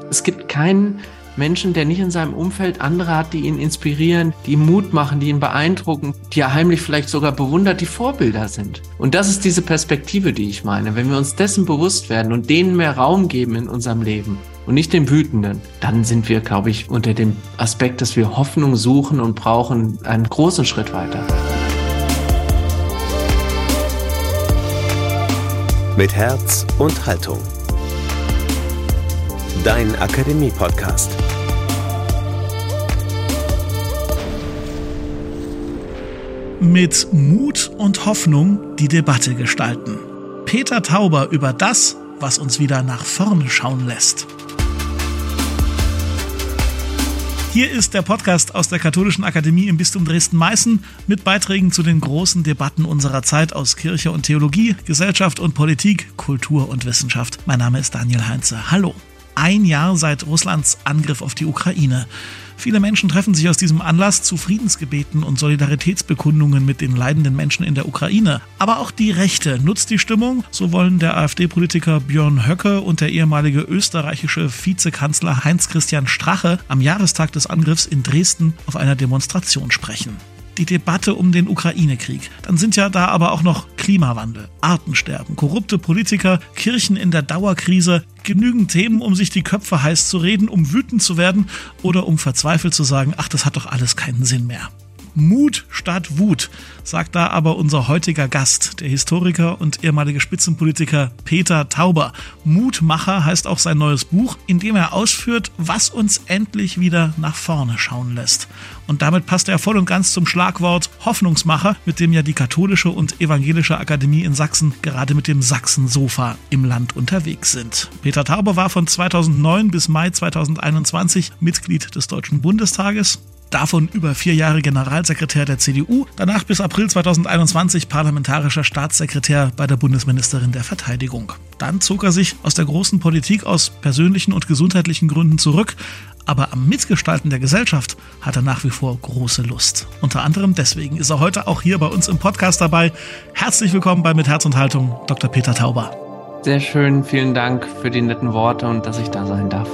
Es gibt keinen Menschen, der nicht in seinem Umfeld andere hat, die ihn inspirieren, die ihm Mut machen, die ihn beeindrucken, die er heimlich vielleicht sogar bewundert, die Vorbilder sind. Und das ist diese Perspektive, die ich meine. Wenn wir uns dessen bewusst werden und denen mehr Raum geben in unserem Leben und nicht den Wütenden, dann sind wir, glaube ich, unter dem Aspekt, dass wir Hoffnung suchen und brauchen, einen großen Schritt weiter. Mit Herz und Haltung. Dein Akademie-Podcast. Mit Mut und Hoffnung die Debatte gestalten. Peter Tauber über das, was uns wieder nach vorne schauen lässt. Hier ist der Podcast aus der Katholischen Akademie im Bistum Dresden-Meißen mit Beiträgen zu den großen Debatten unserer Zeit aus Kirche und Theologie, Gesellschaft und Politik, Kultur und Wissenschaft. Mein Name ist Daniel Heinze. Hallo. Ein Jahr seit Russlands Angriff auf die Ukraine. Viele Menschen treffen sich aus diesem Anlass zu Friedensgebeten und Solidaritätsbekundungen mit den leidenden Menschen in der Ukraine. Aber auch die Rechte nutzt die Stimmung. So wollen der AfD-Politiker Björn Höcke und der ehemalige österreichische Vizekanzler Heinz-Christian Strache am Jahrestag des Angriffs in Dresden auf einer Demonstration sprechen. Die Debatte um den Ukraine-Krieg. Dann sind ja da aber auch noch Klimawandel, Artensterben, korrupte Politiker, Kirchen in der Dauerkrise. Genügend Themen, um sich die Köpfe heiß zu reden, um wütend zu werden oder um verzweifelt zu sagen, ach, das hat doch alles keinen Sinn mehr. Mut statt Wut, sagt da aber unser heutiger Gast, der Historiker und ehemalige Spitzenpolitiker Peter Tauber. Mutmacher heißt auch sein neues Buch, in dem er ausführt, was uns endlich wieder nach vorne schauen lässt. Und damit passt er voll und ganz zum Schlagwort Hoffnungsmacher, mit dem ja die Katholische und Evangelische Akademie in Sachsen gerade mit dem Sachsensofa im Land unterwegs sind. Peter Tauber war von 2009 bis Mai 2021 Mitglied des Deutschen Bundestages. Davon über 4 Jahre Generalsekretär der CDU, danach bis April 2021 parlamentarischer Staatssekretär bei der Bundesministerin der Verteidigung. Dann zog er sich aus der großen Politik aus persönlichen und gesundheitlichen Gründen zurück, aber am Mitgestalten der Gesellschaft hat er nach wie vor große Lust. Unter anderem deswegen ist er heute auch hier bei uns im Podcast dabei. Herzlich willkommen bei Mit Herz und Haltung, Dr. Peter Tauber. Sehr schön, vielen Dank für die netten Worte und dass ich da sein darf.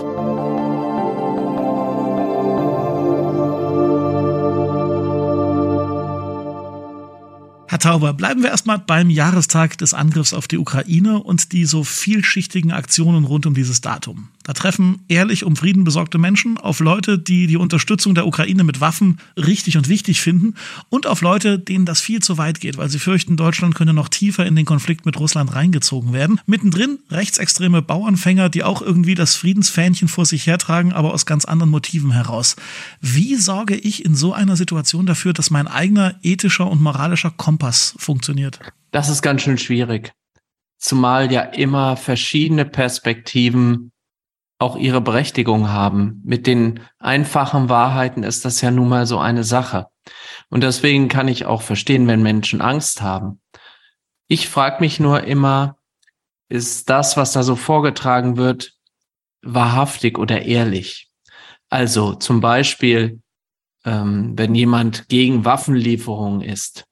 Herr Tauber, bleiben wir erstmal beim Jahrestag des Angriffs auf die Ukraine und die so vielschichtigen Aktionen rund um dieses Datum. Da treffen ehrlich um Frieden besorgte Menschen auf Leute, die die Unterstützung der Ukraine mit Waffen richtig und wichtig finden und auf Leute, denen das viel zu weit geht, weil sie fürchten, Deutschland könne noch tiefer in den Konflikt mit Russland reingezogen werden. Mittendrin rechtsextreme Bauernfänger, die auch irgendwie das Friedensfähnchen vor sich hertragen, aber aus ganz anderen Motiven heraus. Wie sorge ich in so einer Situation dafür, dass mein eigener ethischer und moralischer Kompass funktioniert? Das ist ganz schön schwierig, zumal ja immer verschiedene Perspektiven auch ihre Berechtigung haben. Mit den einfachen Wahrheiten ist das ja nun mal so eine Sache. Und deswegen kann ich auch verstehen, wenn Menschen Angst haben. Ich frage mich nur immer, ist das, was da so vorgetragen wird, wahrhaftig oder ehrlich? Also zum Beispiel, wenn jemand gegen Waffenlieferungen ist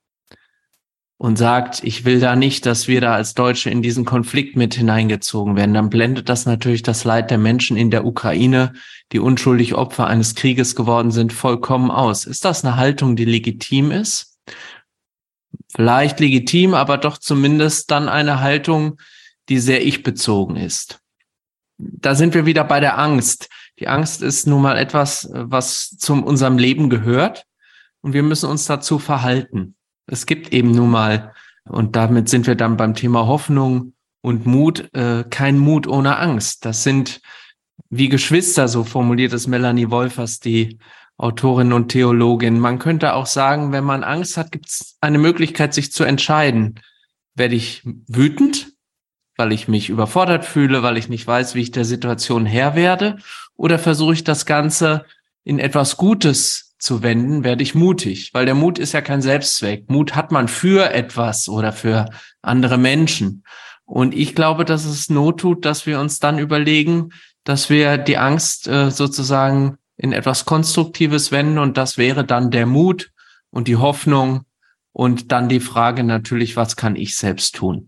und sagt, ich will da nicht, dass wir da als Deutsche in diesen Konflikt mit hineingezogen werden, dann blendet das natürlich das Leid der Menschen in der Ukraine, die unschuldig Opfer eines Krieges geworden sind, vollkommen aus. Ist das eine Haltung, die legitim ist? Vielleicht legitim, aber doch zumindest dann eine Haltung, die sehr ich-bezogen ist. Da sind wir wieder bei der Angst. Die Angst ist nun mal etwas, was zu unserem Leben gehört und wir müssen uns dazu verhalten. Es gibt eben nun mal, und damit sind wir dann beim Thema Hoffnung und Mut, kein Mut ohne Angst. Das sind wie Geschwister, so formuliert es Melanie Wolfers, die Autorin und Theologin. Man könnte auch sagen, wenn man Angst hat, gibt es eine Möglichkeit, sich zu entscheiden. Werde ich wütend, weil ich mich überfordert fühle, weil ich nicht weiß, wie ich der Situation Herr werde, oder versuche ich das Ganze in etwas Gutes zu wenden, werde ich mutig, weil der Mut ist ja kein Selbstzweck. Mut hat man für etwas oder für andere Menschen. Und ich glaube, dass es Not tut, dass wir uns dann überlegen, dass wir die Angst sozusagen in etwas Konstruktives wenden und das wäre dann der Mut und die Hoffnung und dann die Frage natürlich, was kann ich selbst tun?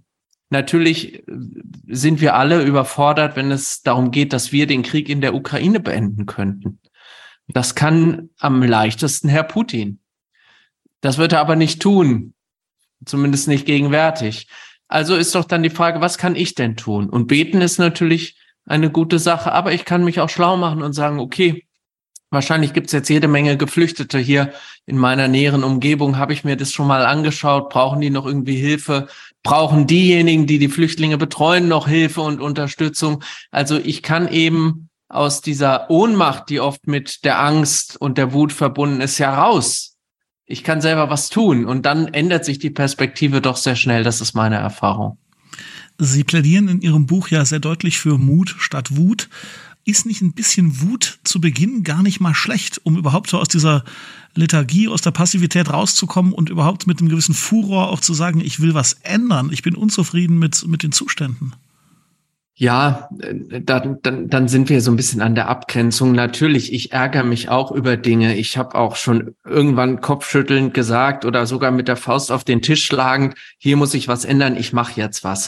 Natürlich sind wir alle überfordert, wenn es darum geht, dass wir den Krieg in der Ukraine beenden könnten. Das kann am leichtesten Herr Putin. Das wird er aber nicht tun, zumindest nicht gegenwärtig. Also ist doch dann die Frage, was kann ich denn tun? Und beten ist natürlich eine gute Sache, aber ich kann mich auch schlau machen und sagen, okay, wahrscheinlich gibt's jetzt jede Menge Geflüchtete hier in meiner näheren Umgebung. Habe ich mir das schon mal angeschaut? Brauchen die noch irgendwie Hilfe? Brauchen diejenigen, die die Flüchtlinge betreuen, noch Hilfe und Unterstützung? Also ich kann eben aus dieser Ohnmacht, die oft mit der Angst und der Wut verbunden ist, ja raus. Ich kann selber was tun und dann ändert sich die Perspektive doch sehr schnell. Das ist meine Erfahrung. Sie plädieren in Ihrem Buch ja sehr deutlich für Mut statt Wut. Ist nicht ein bisschen Wut zu Beginn gar nicht mal schlecht, um überhaupt so aus dieser Lethargie, aus der Passivität rauszukommen und überhaupt mit einem gewissen Furor auch zu sagen, ich will was ändern, ich bin unzufrieden mit den Zuständen? Ja, dann sind wir so ein bisschen an der Abgrenzung. Natürlich, ich ärgere mich auch über Dinge. Ich habe auch schon irgendwann kopfschüttelnd gesagt oder sogar mit der Faust auf den Tisch schlagend, hier muss ich was ändern, ich mache jetzt was.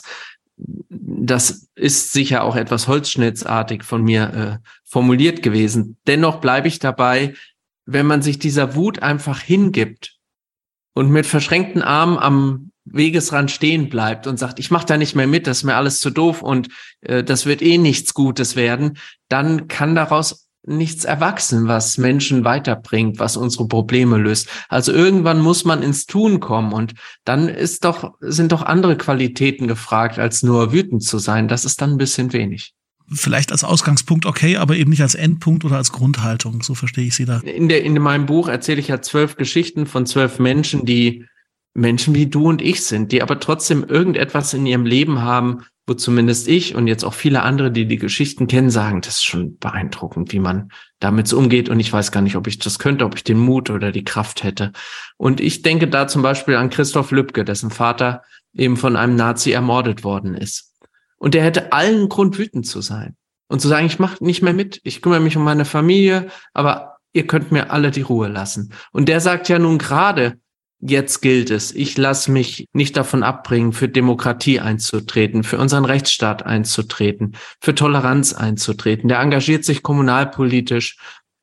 Das ist sicher auch etwas holzschnittsartig von mir formuliert gewesen. Dennoch bleibe ich dabei, wenn man sich dieser Wut einfach hingibt und mit verschränkten Armen am Wegesrand stehen bleibt und sagt, ich mache da nicht mehr mit, das ist mir alles zu doof und das wird eh nichts Gutes werden, dann kann daraus nichts erwachsen, was Menschen weiterbringt, was unsere Probleme löst. Also irgendwann muss man ins Tun kommen und dann sind doch andere Qualitäten gefragt, als nur wütend zu sein. Das ist dann ein bisschen wenig. Vielleicht als Ausgangspunkt okay, aber eben nicht als Endpunkt oder als Grundhaltung. So verstehe ich Sie da. In meinem Buch erzähle ich ja 12 Geschichten von 12 Menschen, die Menschen wie du und ich sind, die aber trotzdem irgendetwas in ihrem Leben haben, wo zumindest ich und jetzt auch viele andere, die die Geschichten kennen, sagen, das ist schon beeindruckend, wie man damit so umgeht. Und ich weiß gar nicht, ob ich das könnte, ob ich den Mut oder die Kraft hätte. Und ich denke da zum Beispiel an Christoph Lübcke, dessen Vater eben von einem Nazi ermordet worden ist. Und der hätte allen Grund, wütend zu sein und zu sagen, ich mache nicht mehr mit, ich kümmere mich um meine Familie, aber ihr könnt mir alle die Ruhe lassen. Und der sagt ja nun gerade, jetzt gilt es, ich lasse mich nicht davon abbringen, für Demokratie einzutreten, für unseren Rechtsstaat einzutreten, für Toleranz einzutreten. Der engagiert sich kommunalpolitisch,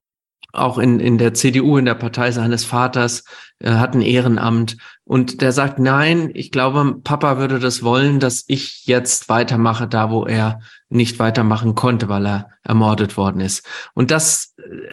auch in der CDU, in der Partei seines Vaters, hat ein Ehrenamt. Und der sagt, nein, ich glaube, Papa würde das wollen, dass ich jetzt weitermache, da wo er nicht weitermachen konnte, weil er ermordet worden ist. Und das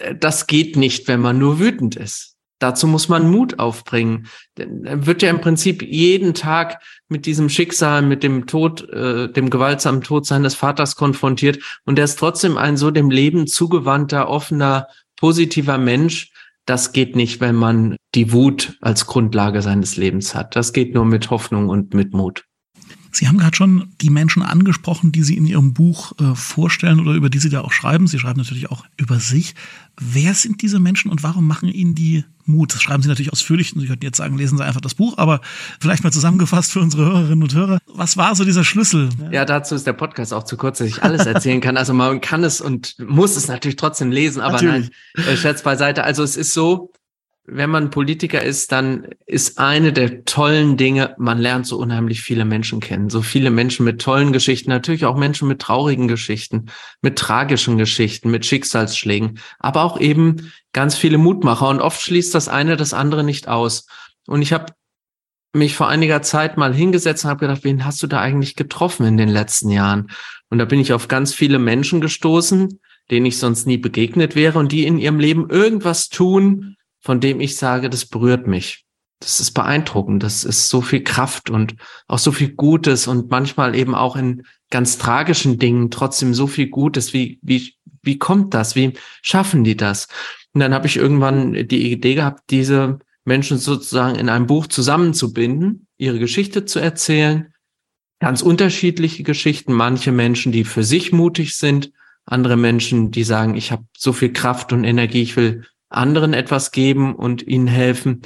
geht nicht, wenn man nur wütend ist. Dazu muss man Mut aufbringen. Er wird ja im Prinzip jeden Tag mit diesem Schicksal, mit dem Tod, dem gewaltsamen Tod seines Vaters konfrontiert. Und er ist trotzdem ein so dem Leben zugewandter, offener, positiver Mensch. Das geht nicht, wenn man die Wut als Grundlage seines Lebens hat. Das geht nur mit Hoffnung und mit Mut. Sie haben gerade schon die Menschen angesprochen, die Sie in Ihrem Buch vorstellen oder über die Sie da auch schreiben. Sie schreiben natürlich auch über sich. Wer sind diese Menschen und warum machen Ihnen die Mut? Das schreiben Sie natürlich ausführlich. Sie könnten jetzt sagen, lesen Sie einfach das Buch, aber vielleicht mal zusammengefasst für unsere Hörerinnen und Hörer. Was war so dieser Schlüssel? Ja, dazu ist der Podcast auch zu kurz, dass ich alles erzählen kann. Also man kann es und muss es natürlich trotzdem lesen, aber natürlich. Nein, Scherz beiseite. Also es ist so, wenn man Politiker ist, dann ist eine der tollen Dinge, man lernt so unheimlich viele Menschen kennen. So viele Menschen mit tollen Geschichten, natürlich auch Menschen mit traurigen Geschichten, mit tragischen Geschichten, mit Schicksalsschlägen, aber auch eben ganz viele Mutmacher. Und oft schließt das eine das andere nicht aus. Und ich habe mich vor einiger Zeit mal hingesetzt und habe gedacht, wen hast du da eigentlich getroffen in den letzten Jahren? Und da bin ich auf ganz viele Menschen gestoßen, denen ich sonst nie begegnet wäre und die in ihrem Leben irgendwas tun, von dem ich sage, das berührt mich. Das ist beeindruckend. Das ist so viel Kraft und auch so viel Gutes und manchmal eben auch in ganz tragischen Dingen trotzdem so viel Gutes. Wie kommt das? Wie schaffen die das? Und dann habe ich irgendwann die Idee gehabt, diese Menschen sozusagen in einem Buch zusammenzubinden, ihre Geschichte zu erzählen. Ganz unterschiedliche Geschichten. Manche Menschen, die für sich mutig sind. Andere Menschen, die sagen, ich habe so viel Kraft und Energie, ich will anderen etwas geben und ihnen helfen.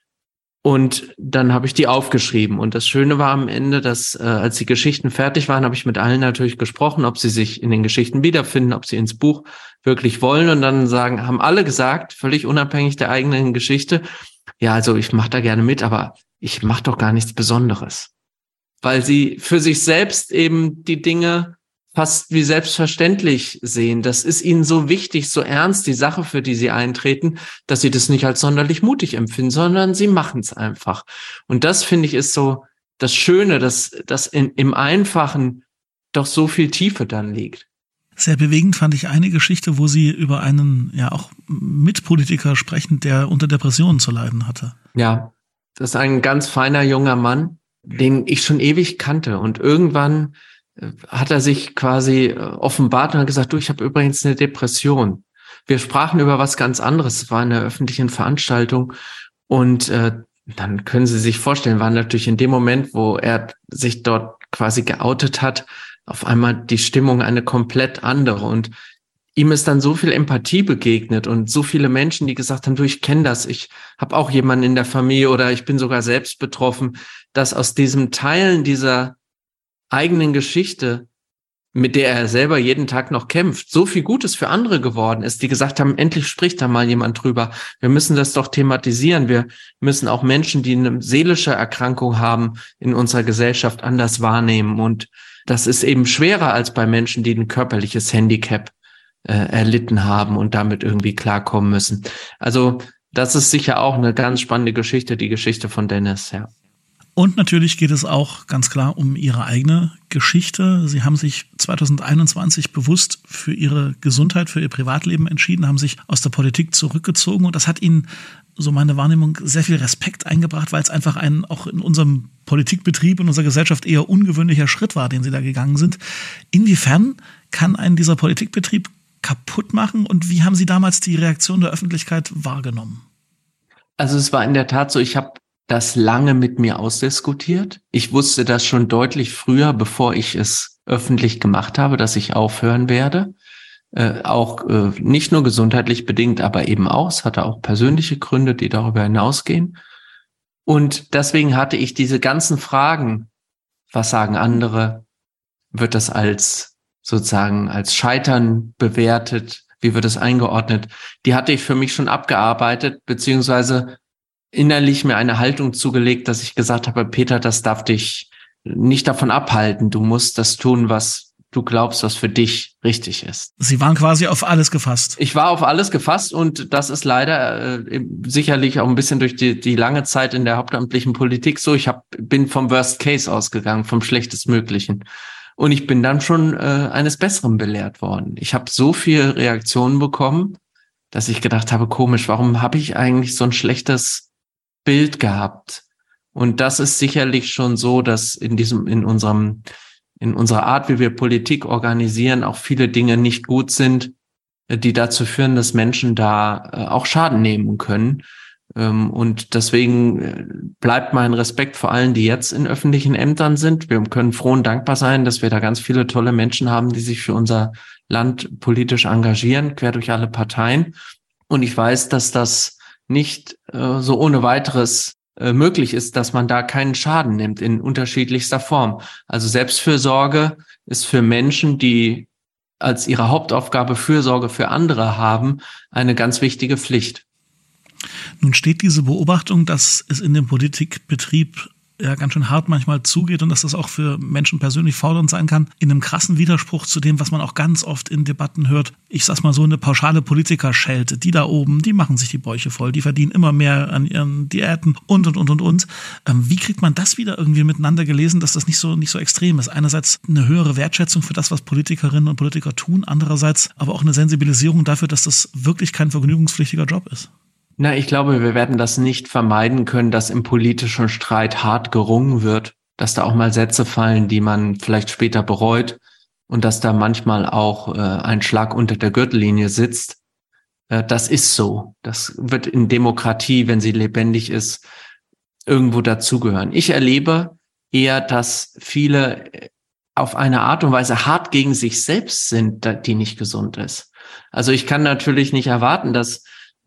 Und dann habe ich die aufgeschrieben. Und das Schöne war am Ende, dass als die Geschichten fertig waren, habe ich mit allen natürlich gesprochen, ob sie sich in den Geschichten wiederfinden, ob sie ins Buch wirklich wollen. Und dann haben alle gesagt, völlig unabhängig der eigenen Geschichte, ja, also ich mache da gerne mit, aber ich mache doch gar nichts Besonderes. weil sie für sich selbst eben die Dinge fast wie selbstverständlich sehen. Das ist ihnen so wichtig, so ernst, die Sache, für die sie eintreten, dass sie das nicht als sonderlich mutig empfinden, sondern sie machen es einfach. Und das, finde ich, ist so das Schöne, dass im Einfachen doch so viel Tiefe dann liegt. Sehr bewegend fand ich eine Geschichte, wo Sie über einen ja auch Mitpolitiker sprechen, der unter Depressionen zu leiden hatte. Ja, das ist ein ganz feiner junger Mann, den ich schon ewig kannte. Und irgendwann hat er sich quasi offenbart und hat gesagt, du, ich habe übrigens eine Depression. Wir sprachen über was ganz anderes. Es war eine öffentliche Veranstaltung. Und dann können Sie sich vorstellen, war natürlich in dem Moment, wo er sich dort quasi geoutet hat, auf einmal die Stimmung eine komplett andere. Und ihm ist dann so viel Empathie begegnet und so viele Menschen, die gesagt haben, du, ich kenne das, ich habe auch jemanden in der Familie oder ich bin sogar selbst betroffen, dass aus diesem Teilen dieser eigenen Geschichte, mit der er selber jeden Tag noch kämpft, so viel Gutes für andere geworden ist, die gesagt haben, endlich spricht da mal jemand drüber. Wir müssen das doch thematisieren. Wir müssen auch Menschen, die eine seelische Erkrankung haben, in unserer Gesellschaft anders wahrnehmen. Und das ist eben schwerer als bei Menschen, die ein körperliches Handicap erlitten haben und damit irgendwie klarkommen müssen. Also das ist sicher auch eine ganz spannende Geschichte, die Geschichte von Dennis, ja. Und natürlich geht es auch ganz klar um Ihre eigene Geschichte. Sie haben sich 2021 bewusst für Ihre Gesundheit, für Ihr Privatleben entschieden, haben sich aus der Politik zurückgezogen und das hat Ihnen, so meine Wahrnehmung, sehr viel Respekt eingebracht, weil es einfach ein auch in unserem Politikbetrieb, in unserer Gesellschaft eher ungewöhnlicher Schritt war, den Sie da gegangen sind. Inwiefern kann einen dieser Politikbetrieb kaputt machen und wie haben Sie damals die Reaktion der Öffentlichkeit wahrgenommen? Also es war in der Tat so, ich habe das lange mit mir ausdiskutiert. Ich wusste das schon deutlich früher, bevor ich es öffentlich gemacht habe, dass ich aufhören werde. Auch nicht nur gesundheitlich bedingt, aber eben auch. Es hatte auch persönliche Gründe, die darüber hinausgehen. Und deswegen hatte ich diese ganzen Fragen, was sagen andere? Wird das als sozusagen als Scheitern bewertet? Wie wird es eingeordnet? Die hatte ich für mich schon abgearbeitet, beziehungsweise innerlich mir eine Haltung zugelegt, dass ich gesagt habe, Peter, das darf dich nicht davon abhalten. Du musst das tun, was du glaubst, was für dich richtig ist. Sie waren quasi auf alles gefasst. Ich war auf alles gefasst und das ist leider sicherlich auch ein bisschen durch die lange Zeit in der hauptamtlichen Politik so. Ich bin vom Worst Case ausgegangen, vom Schlechtestmöglichen. Und ich bin dann schon eines Besseren belehrt worden. Ich habe so viele Reaktionen bekommen, dass ich gedacht habe, komisch, warum habe ich eigentlich so ein schlechtes Bild gehabt? Und das ist sicherlich schon so, dass in unserer Art, wie wir Politik organisieren, auch viele Dinge nicht gut sind, die dazu führen, dass Menschen da auch Schaden nehmen können. Und deswegen bleibt mein Respekt vor allen, die jetzt in öffentlichen Ämtern sind. Wir können froh und dankbar sein, dass wir da ganz viele tolle Menschen haben, die sich für unser Land politisch engagieren, quer durch alle Parteien. Und ich weiß, dass das nicht so ohne weiteres möglich ist, dass man da keinen Schaden nimmt in unterschiedlichster Form. Also Selbstfürsorge ist für Menschen, die als ihre Hauptaufgabe Fürsorge für andere haben, eine ganz wichtige Pflicht. Nun steht diese Beobachtung, dass es in dem Politikbetrieb ja ganz schön hart manchmal zugeht und dass das auch für Menschen persönlich fordernd sein kann, in einem krassen Widerspruch zu dem, was man auch ganz oft in Debatten hört. Ich sag's mal so, eine pauschale Politikerschelte. Die da oben, die machen sich die Bäuche voll, die verdienen immer mehr an ihren Diäten und. Wie kriegt man das wieder irgendwie miteinander gelesen, dass das nicht so extrem ist? Einerseits eine höhere Wertschätzung für das, was Politikerinnen und Politiker tun, andererseits aber auch eine Sensibilisierung dafür, dass das wirklich kein vergnügungspflichtiger Job ist. Na, ich glaube, wir werden das nicht vermeiden können, dass im politischen Streit hart gerungen wird, dass da auch mal Sätze fallen, die man vielleicht später bereut und dass da manchmal auch ein Schlag unter der Gürtellinie sitzt. Das ist so. Das wird in Demokratie, wenn sie lebendig ist, irgendwo dazugehören. Ich erlebe eher, dass viele auf eine Art und Weise hart gegen sich selbst sind, die nicht gesund ist. Also ich kann natürlich nicht erwarten, dass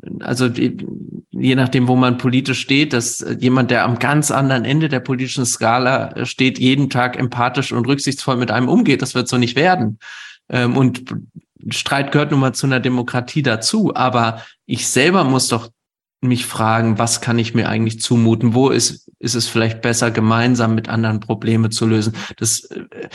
je nachdem, wo man politisch steht, dass jemand, der am ganz anderen Ende der politischen Skala steht, jeden Tag empathisch und rücksichtsvoll mit einem umgeht. Das wird so nicht werden. Und Streit gehört nun mal zu einer Demokratie dazu. Aber ich selber muss doch mich fragen, was kann ich mir eigentlich zumuten? Wo ist es vielleicht besser, gemeinsam mit anderen Probleme zu lösen? Das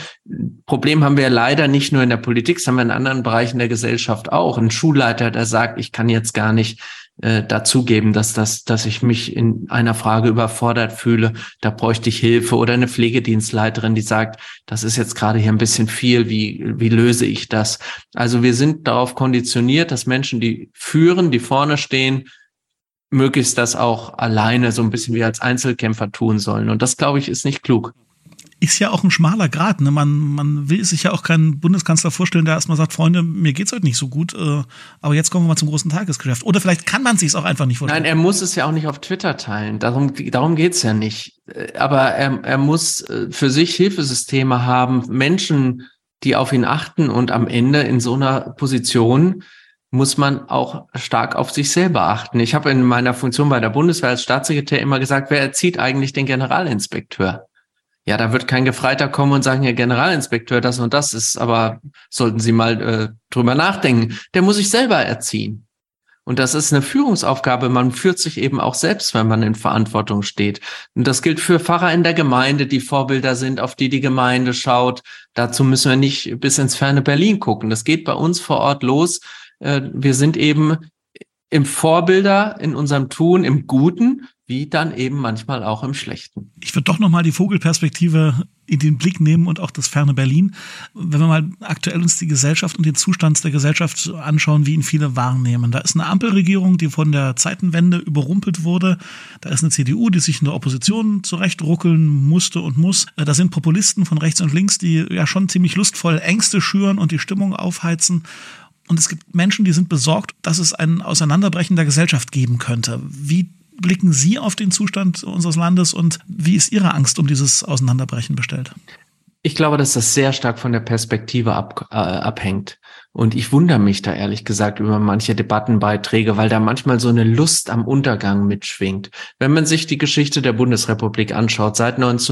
Problem haben wir ja leider nicht nur in der Politik, das haben wir in anderen Bereichen der Gesellschaft auch. Ein Schulleiter, der sagt, ich kann jetzt gar nicht dazugeben, dass ich mich in einer Frage überfordert fühle, da bräuchte ich Hilfe. Oder eine Pflegedienstleiterin, die sagt, das ist jetzt gerade hier ein bisschen viel, wie löse ich das? Also wir sind darauf konditioniert, dass Menschen, die führen, die vorne stehen, möglichst das auch alleine so ein bisschen wie als Einzelkämpfer tun sollen. Und das, glaube ich, ist nicht klug. Ist ja auch ein schmaler Grat. Ne? Man will sich ja auch keinen Bundeskanzler vorstellen, der erstmal sagt, Freunde, mir geht's heute nicht so gut, aber jetzt kommen wir mal zum großen Tagesgeschäft. Oder vielleicht kann man sich's auch einfach nicht vorstellen. Nein, er muss es ja auch nicht auf Twitter teilen. Darum geht's ja nicht. Aber er muss für sich Hilfesysteme haben, Menschen, die auf ihn achten, und am Ende in so einer Position muss man auch stark auf sich selber achten. Ich habe in meiner Funktion bei der Bundeswehr als Staatssekretär immer gesagt, wer erzieht eigentlich den Generalinspekteur? Ja, da wird kein Gefreiter kommen und sagen, Herr Generalinspekteur, das und das ist, aber sollten Sie mal drüber nachdenken. Der muss sich selber erziehen. Und das ist eine Führungsaufgabe. Man führt sich eben auch selbst, wenn man in Verantwortung steht. Und das gilt für Pfarrer in der Gemeinde, die Vorbilder sind, auf die Gemeinde schaut. Dazu müssen wir nicht bis ins ferne Berlin gucken. Das geht bei uns vor Ort los. Wir sind eben im Vorbilder in unserem Tun, im Guten, wie dann eben manchmal auch im Schlechten. Ich würde doch nochmal die Vogelperspektive in den Blick nehmen und auch das ferne Berlin. Wenn wir mal aktuell uns die Gesellschaft und den Zustand der Gesellschaft anschauen, wie ihn viele wahrnehmen. Da ist eine Ampelregierung, die von der Zeitenwende überrumpelt wurde. Da ist eine CDU, die sich in der Opposition zurechtruckeln musste und muss. Da sind Populisten von rechts und links, die ja schon ziemlich lustvoll Ängste schüren und die Stimmung aufheizen. Und es gibt Menschen, die sind besorgt, dass es ein Auseinanderbrechen der Gesellschaft geben könnte. Wie blicken Sie auf den Zustand unseres Landes und wie ist Ihre Angst um dieses Auseinanderbrechen bestellt? Ich glaube, dass das sehr stark von der Perspektive abhängt. Und ich wundere mich da ehrlich gesagt über manche Debattenbeiträge, weil da manchmal so eine Lust am Untergang mitschwingt. Wenn man sich die Geschichte der Bundesrepublik anschaut, seit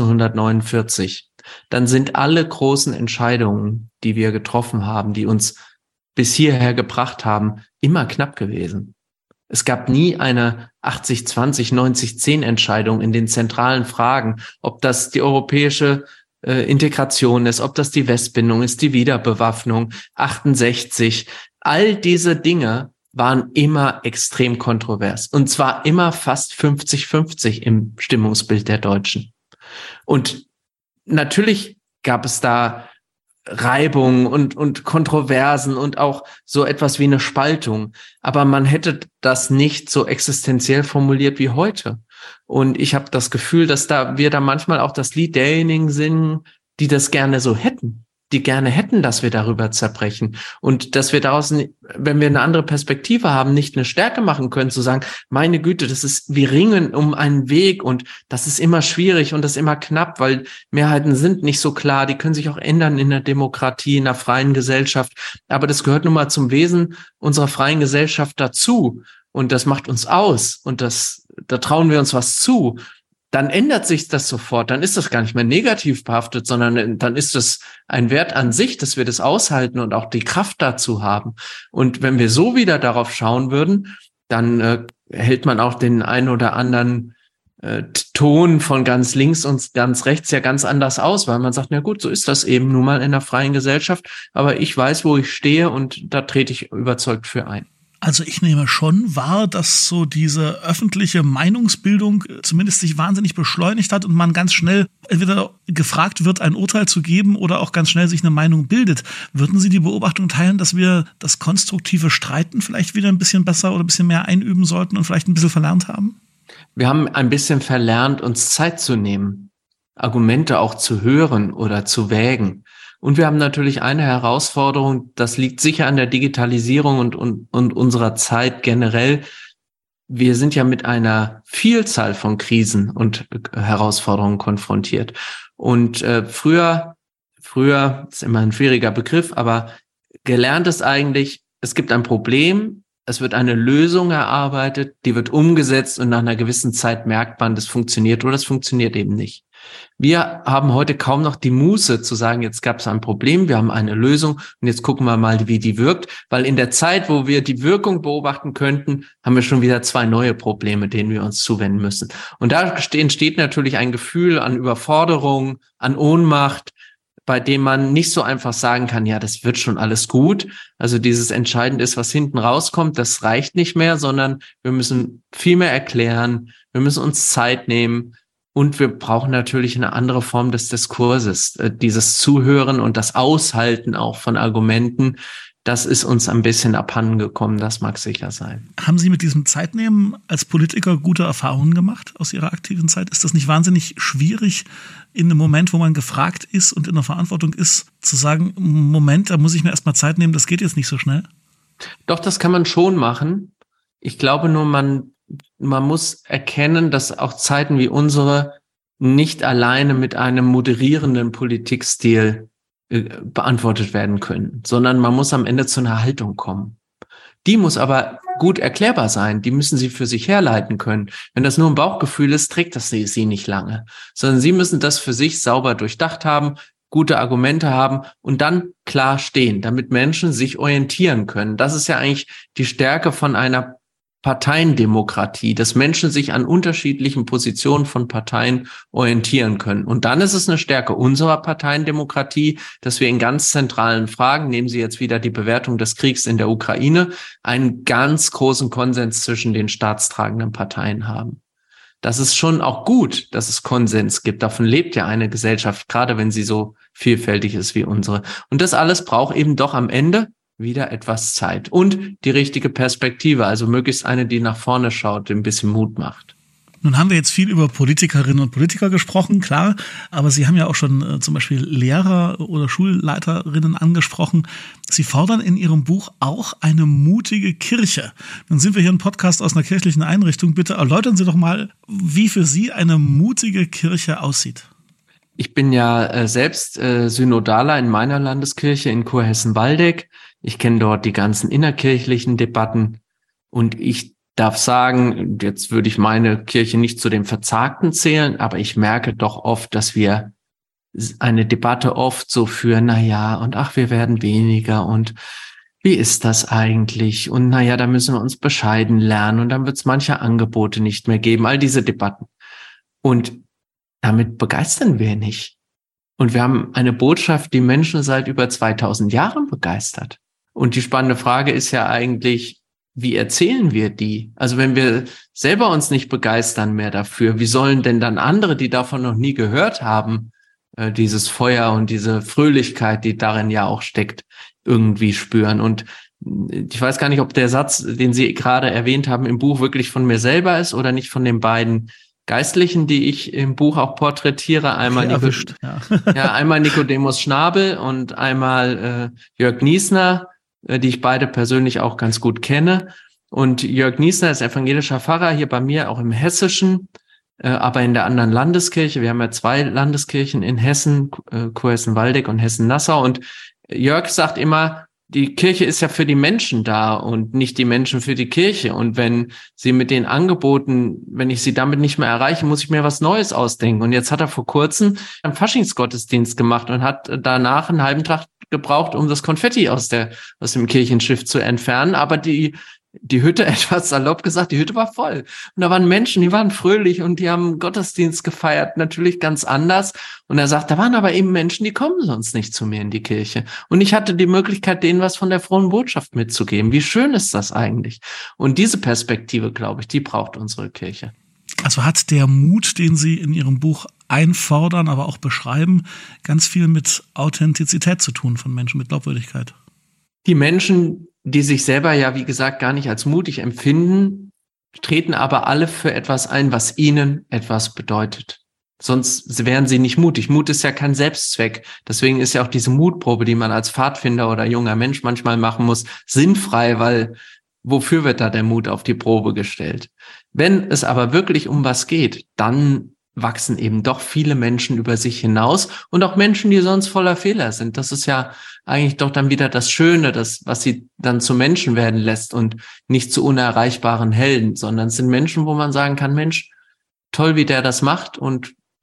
1949, dann sind alle großen Entscheidungen, die wir getroffen haben, die uns bis hierher gebracht haben, immer knapp gewesen. Es gab nie eine 80-20, 90-10 Entscheidung in den zentralen Fragen, ob das die europäische Integration ist, ob das die Westbindung ist, die Wiederbewaffnung, 68. All diese Dinge waren immer extrem kontrovers. Und zwar immer fast 50-50 im Stimmungsbild der Deutschen. Und natürlich gab es da Reibung und Kontroversen und auch so etwas wie eine Spaltung. Aber man hätte das nicht so existenziell formuliert wie heute. Und ich habe das Gefühl, dass wir da manchmal auch das Lied derjenigen singen, die das gerne so hätten, die gerne hätten, dass wir darüber zerbrechen und dass wir daraus, wenn wir eine andere Perspektive haben, nicht eine Stärke machen können, zu sagen, meine Güte, wir ringen um einen Weg und das ist immer schwierig und das ist immer knapp, weil Mehrheiten sind nicht so klar, die können sich auch ändern in der Demokratie, in einer freien Gesellschaft, aber das gehört nun mal zum Wesen unserer freien Gesellschaft dazu und das macht uns aus und da trauen wir uns was zu. Dann ändert sich das sofort, dann ist das gar nicht mehr negativ behaftet, sondern dann ist das ein Wert an sich, dass wir das aushalten und auch die Kraft dazu haben. Und wenn wir so wieder darauf schauen würden, dann hält man auch den einen oder anderen Ton von ganz links und ganz rechts ja ganz anders aus, weil man sagt, na gut, so ist das eben nun mal in einer freien Gesellschaft, aber ich weiß, wo ich stehe und da trete ich überzeugt für ein. Also ich nehme schon wahr, dass so diese öffentliche Meinungsbildung zumindest sich wahnsinnig beschleunigt hat und man ganz schnell entweder gefragt wird, ein Urteil zu geben oder auch ganz schnell sich eine Meinung bildet. Würden Sie die Beobachtung teilen, dass wir das konstruktive Streiten vielleicht wieder ein bisschen besser oder ein bisschen mehr einüben sollten und vielleicht ein bisschen verlernt haben? Wir haben ein bisschen verlernt, uns Zeit zu nehmen, Argumente auch zu hören oder zu wägen. Und wir haben natürlich eine Herausforderung, das liegt sicher an der Digitalisierung und unserer Zeit generell. Wir sind ja mit einer Vielzahl von Krisen und Herausforderungen konfrontiert. Und früher ist immer ein schwieriger Begriff, aber gelernt ist eigentlich, es gibt ein Problem, es wird eine Lösung erarbeitet, die wird umgesetzt und nach einer gewissen Zeit merkt man, das funktioniert oder das funktioniert eben nicht. Wir haben heute kaum noch die Muße zu sagen, jetzt gab es ein Problem, wir haben eine Lösung und jetzt gucken wir mal, wie die wirkt. Weil in der Zeit, wo wir die Wirkung beobachten könnten, haben wir schon wieder 2 neue Probleme, denen wir uns zuwenden müssen. Und da entsteht natürlich ein Gefühl an Überforderung, an Ohnmacht, bei dem man nicht so einfach sagen kann, ja, das wird schon alles gut. Also dieses Entscheidende ist, was hinten rauskommt, das reicht nicht mehr, sondern wir müssen viel mehr erklären, wir müssen uns Zeit nehmen. Und wir brauchen natürlich eine andere Form des Diskurses. Dieses Zuhören und das Aushalten auch von Argumenten, das ist uns ein bisschen abhanden gekommen, das mag sicher sein. Haben Sie mit diesem Zeitnehmen als Politiker gute Erfahrungen gemacht aus Ihrer aktiven Zeit? Ist das nicht wahnsinnig schwierig, in einem Moment, wo man gefragt ist und in der Verantwortung ist, zu sagen, Moment, da muss ich mir erstmal Zeit nehmen, das geht jetzt nicht so schnell? Doch, das kann man schon machen. Ich glaube nur, man muss erkennen, dass auch Zeiten wie unsere nicht alleine mit einem moderierenden Politikstil beantwortet werden können, sondern man muss am Ende zu einer Haltung kommen. Die muss aber gut erklärbar sein. Die müssen Sie für sich herleiten können. Wenn das nur ein Bauchgefühl ist, trägt das Sie nicht lange, sondern Sie müssen das für sich sauber durchdacht haben, gute Argumente haben und dann klar stehen, damit Menschen sich orientieren können. Das ist ja eigentlich die Stärke von einer Parteiendemokratie, dass Menschen sich an unterschiedlichen Positionen von Parteien orientieren können. Und dann ist es eine Stärke unserer Parteiendemokratie, dass wir in ganz zentralen Fragen, nehmen Sie jetzt wieder die Bewertung des Kriegs in der Ukraine, einen ganz großen Konsens zwischen den staatstragenden Parteien haben. Das ist schon auch gut, dass es Konsens gibt. Davon lebt ja eine Gesellschaft, gerade wenn sie so vielfältig ist wie unsere. Und das alles braucht eben doch am Ende wieder etwas Zeit und die richtige Perspektive, also möglichst eine, die nach vorne schaut, die ein bisschen Mut macht. Nun haben wir jetzt viel über Politikerinnen und Politiker gesprochen, klar, aber Sie haben ja auch schon zum Beispiel Lehrer oder Schulleiterinnen angesprochen. Sie fordern in Ihrem Buch auch eine mutige Kirche. Nun sind wir hier ein Podcast aus einer kirchlichen Einrichtung. Bitte erläutern Sie doch mal, wie für Sie eine mutige Kirche aussieht. Ich bin ja selbst Synodaler in meiner Landeskirche in Kurhessen-Waldeck. Ich kenne dort die ganzen innerkirchlichen Debatten und ich darf sagen, jetzt würde ich meine Kirche nicht zu den Verzagten zählen, aber ich merke doch oft, dass wir eine Debatte oft so führen, na ja, und ach, wir werden weniger und wie ist das eigentlich? Und na ja, da müssen wir uns bescheiden lernen und dann wird es manche Angebote nicht mehr geben, all diese Debatten. Und damit begeistern wir nicht. Und wir haben eine Botschaft, die Menschen seit über 2000 Jahren begeistert. Und die spannende Frage ist ja eigentlich, wie erzählen wir die? Also wenn wir selber uns nicht begeistern mehr dafür, wie sollen denn dann andere, die davon noch nie gehört haben, dieses Feuer und diese Fröhlichkeit, die darin ja auch steckt, irgendwie spüren? Und ich weiß gar nicht, ob der Satz, den Sie gerade erwähnt haben, im Buch wirklich von mir selber ist oder nicht von den beiden Geistlichen, die ich im Buch auch porträtiere. Einmal, einmal Nicodemus Schnabel und einmal Jörg Niesner, die ich beide persönlich auch ganz gut kenne. Und Jörg Niesner ist evangelischer Pfarrer hier bei mir, auch im Hessischen, aber in der anderen Landeskirche. Wir haben ja 2 Landeskirchen in Hessen, Kurhessen-Waldeck und Hessen-Nassau. Und Jörg sagt immer, die Kirche ist ja für die Menschen da und nicht die Menschen für die Kirche. Und wenn sie mit den Angeboten, wenn ich sie damit nicht mehr erreiche, muss ich mir was Neues ausdenken. Und jetzt hat er vor kurzem einen Faschingsgottesdienst gemacht und hat danach einen halben Tag gebraucht, um das Konfetti aus dem Kirchenschiff zu entfernen. Aber die Hütte, etwas salopp gesagt, die Hütte war voll. Und da waren Menschen, die waren fröhlich und die haben Gottesdienst gefeiert, natürlich ganz anders. Und er sagt, da waren aber eben Menschen, die kommen sonst nicht zu mir in die Kirche. Und ich hatte die Möglichkeit, denen was von der frohen Botschaft mitzugeben. Wie schön ist das eigentlich? Und diese Perspektive, glaube ich, die braucht unsere Kirche. Also hat der Mut, den Sie in Ihrem Buch einfordern, aber auch beschreiben, ganz viel mit Authentizität zu tun von Menschen, mit Glaubwürdigkeit. Die Menschen, die sich selber ja, wie gesagt, gar nicht als mutig empfinden, treten aber alle für etwas ein, was ihnen etwas bedeutet. Sonst wären sie nicht mutig. Mut ist ja kein Selbstzweck. Deswegen ist ja auch diese Mutprobe, die man als Pfadfinder oder junger Mensch manchmal machen muss, sinnfrei, weil wofür wird da der Mut auf die Probe gestellt? Wenn es aber wirklich um was geht, dann wachsen eben doch viele Menschen über sich hinaus und auch Menschen, die sonst voller Fehler sind. Das ist ja eigentlich doch dann wieder das Schöne, das, was sie dann zu Menschen werden lässt und nicht zu unerreichbaren Helden, sondern es sind Menschen, wo man sagen kann, Mensch, toll, wie der das macht und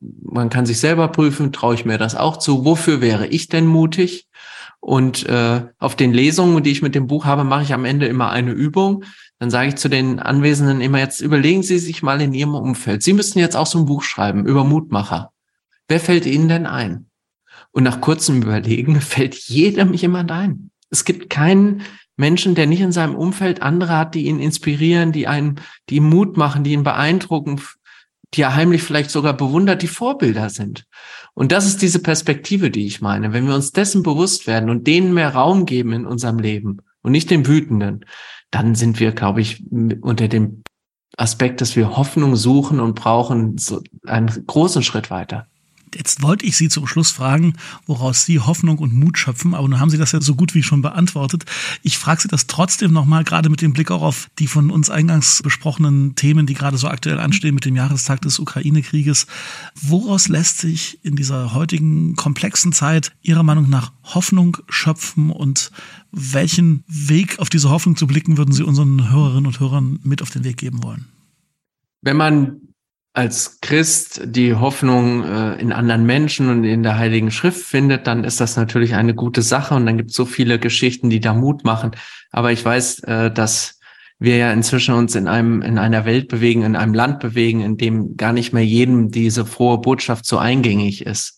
man kann sich selber prüfen, traue ich mir das auch zu? Wofür wäre ich denn mutig? Und auf den Lesungen, die ich mit dem Buch habe, mache ich am Ende immer eine Übung. Dann sage ich zu den Anwesenden immer, jetzt überlegen Sie sich mal in Ihrem Umfeld. Sie müssten jetzt auch so ein Buch schreiben über Mutmacher. Wer fällt Ihnen denn ein? Und nach kurzem Überlegen fällt jedem jemand ein. Es gibt keinen Menschen, der nicht in seinem Umfeld andere hat, die ihn inspirieren, die ihm Mut machen, die ihn beeindrucken, die er heimlich vielleicht sogar bewundert, die Vorbilder sind. Und das ist diese Perspektive, die ich meine. Wenn wir uns dessen bewusst werden und denen mehr Raum geben in unserem Leben und nicht den Wütenden, dann sind wir, glaube ich, unter dem Aspekt, dass wir Hoffnung suchen und brauchen, so einen großen Schritt weiter. Jetzt wollte ich Sie zum Schluss fragen, woraus Sie Hoffnung und Mut schöpfen, aber nun haben Sie das ja so gut wie schon beantwortet. Ich frage Sie das trotzdem nochmal, gerade mit dem Blick auch auf die von uns eingangs besprochenen Themen, die gerade so aktuell anstehen mit dem Jahrestag des Ukraine-Krieges. Woraus lässt sich in dieser heutigen komplexen Zeit Ihrer Meinung nach Hoffnung schöpfen und welchen Weg auf diese Hoffnung zu blicken würden Sie unseren Hörerinnen und Hörern mit auf den Weg geben wollen? Wenn man als Christ die Hoffnung in anderen Menschen und in der Heiligen Schrift findet, dann ist das natürlich eine gute Sache und dann gibt es so viele Geschichten, die da Mut machen. Aber ich weiß, dass wir ja inzwischen uns in einer Welt bewegen, in einem Land bewegen, in dem gar nicht mehr jedem diese frohe Botschaft so eingängig ist.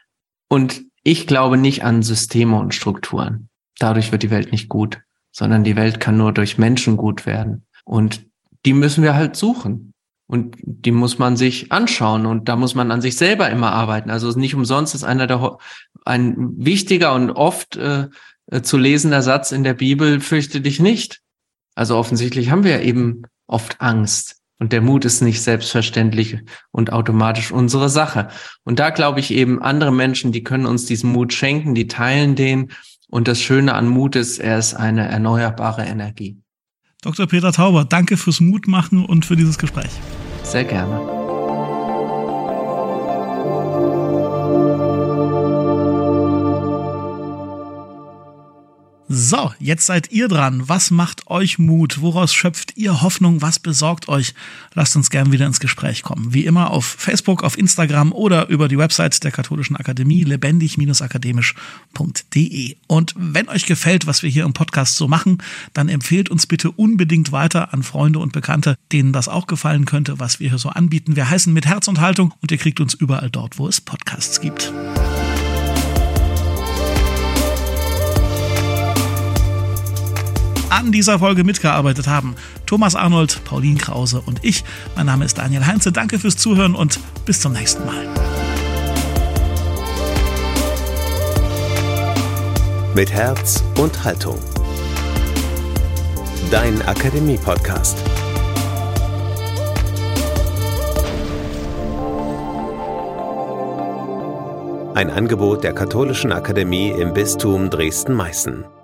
Und ich glaube nicht an Systeme und Strukturen. Dadurch wird die Welt nicht gut, sondern die Welt kann nur durch Menschen gut werden. Und die müssen wir halt suchen. Und die muss man sich anschauen und da muss man an sich selber immer arbeiten. Also nicht umsonst ist ein wichtiger und oft zu lesender Satz in der Bibel, fürchte dich nicht. Also offensichtlich haben wir eben oft Angst und der Mut ist nicht selbstverständlich und automatisch unsere Sache. Und da glaube ich eben, andere Menschen, die können uns diesen Mut schenken, die teilen den. Und das Schöne an Mut ist, er ist eine erneuerbare Energie. Dr. Peter Tauber, danke fürs Mutmachen und für dieses Gespräch. Sehr gerne. So, jetzt seid ihr dran. Was macht euch Mut? Woraus schöpft ihr Hoffnung? Was besorgt euch? Lasst uns gern wieder ins Gespräch kommen. Wie immer auf Facebook, auf Instagram oder über die Website der Katholischen Akademie lebendig-akademisch.de. Und wenn euch gefällt, was wir hier im Podcast so machen, dann empfehlt uns bitte unbedingt weiter an Freunde und Bekannte, denen das auch gefallen könnte, was wir hier so anbieten. Wir heißen Mit Herz und Haltung und ihr kriegt uns überall dort, wo es Podcasts gibt. An dieser Folge mitgearbeitet haben Thomas Arnold, Pauline Krause und ich. Mein Name ist Daniel Heinze. Danke fürs Zuhören und bis zum nächsten Mal. Mit Herz und Haltung. Dein Akademie-Podcast. Ein Angebot der Katholischen Akademie im Bistum Dresden-Meißen.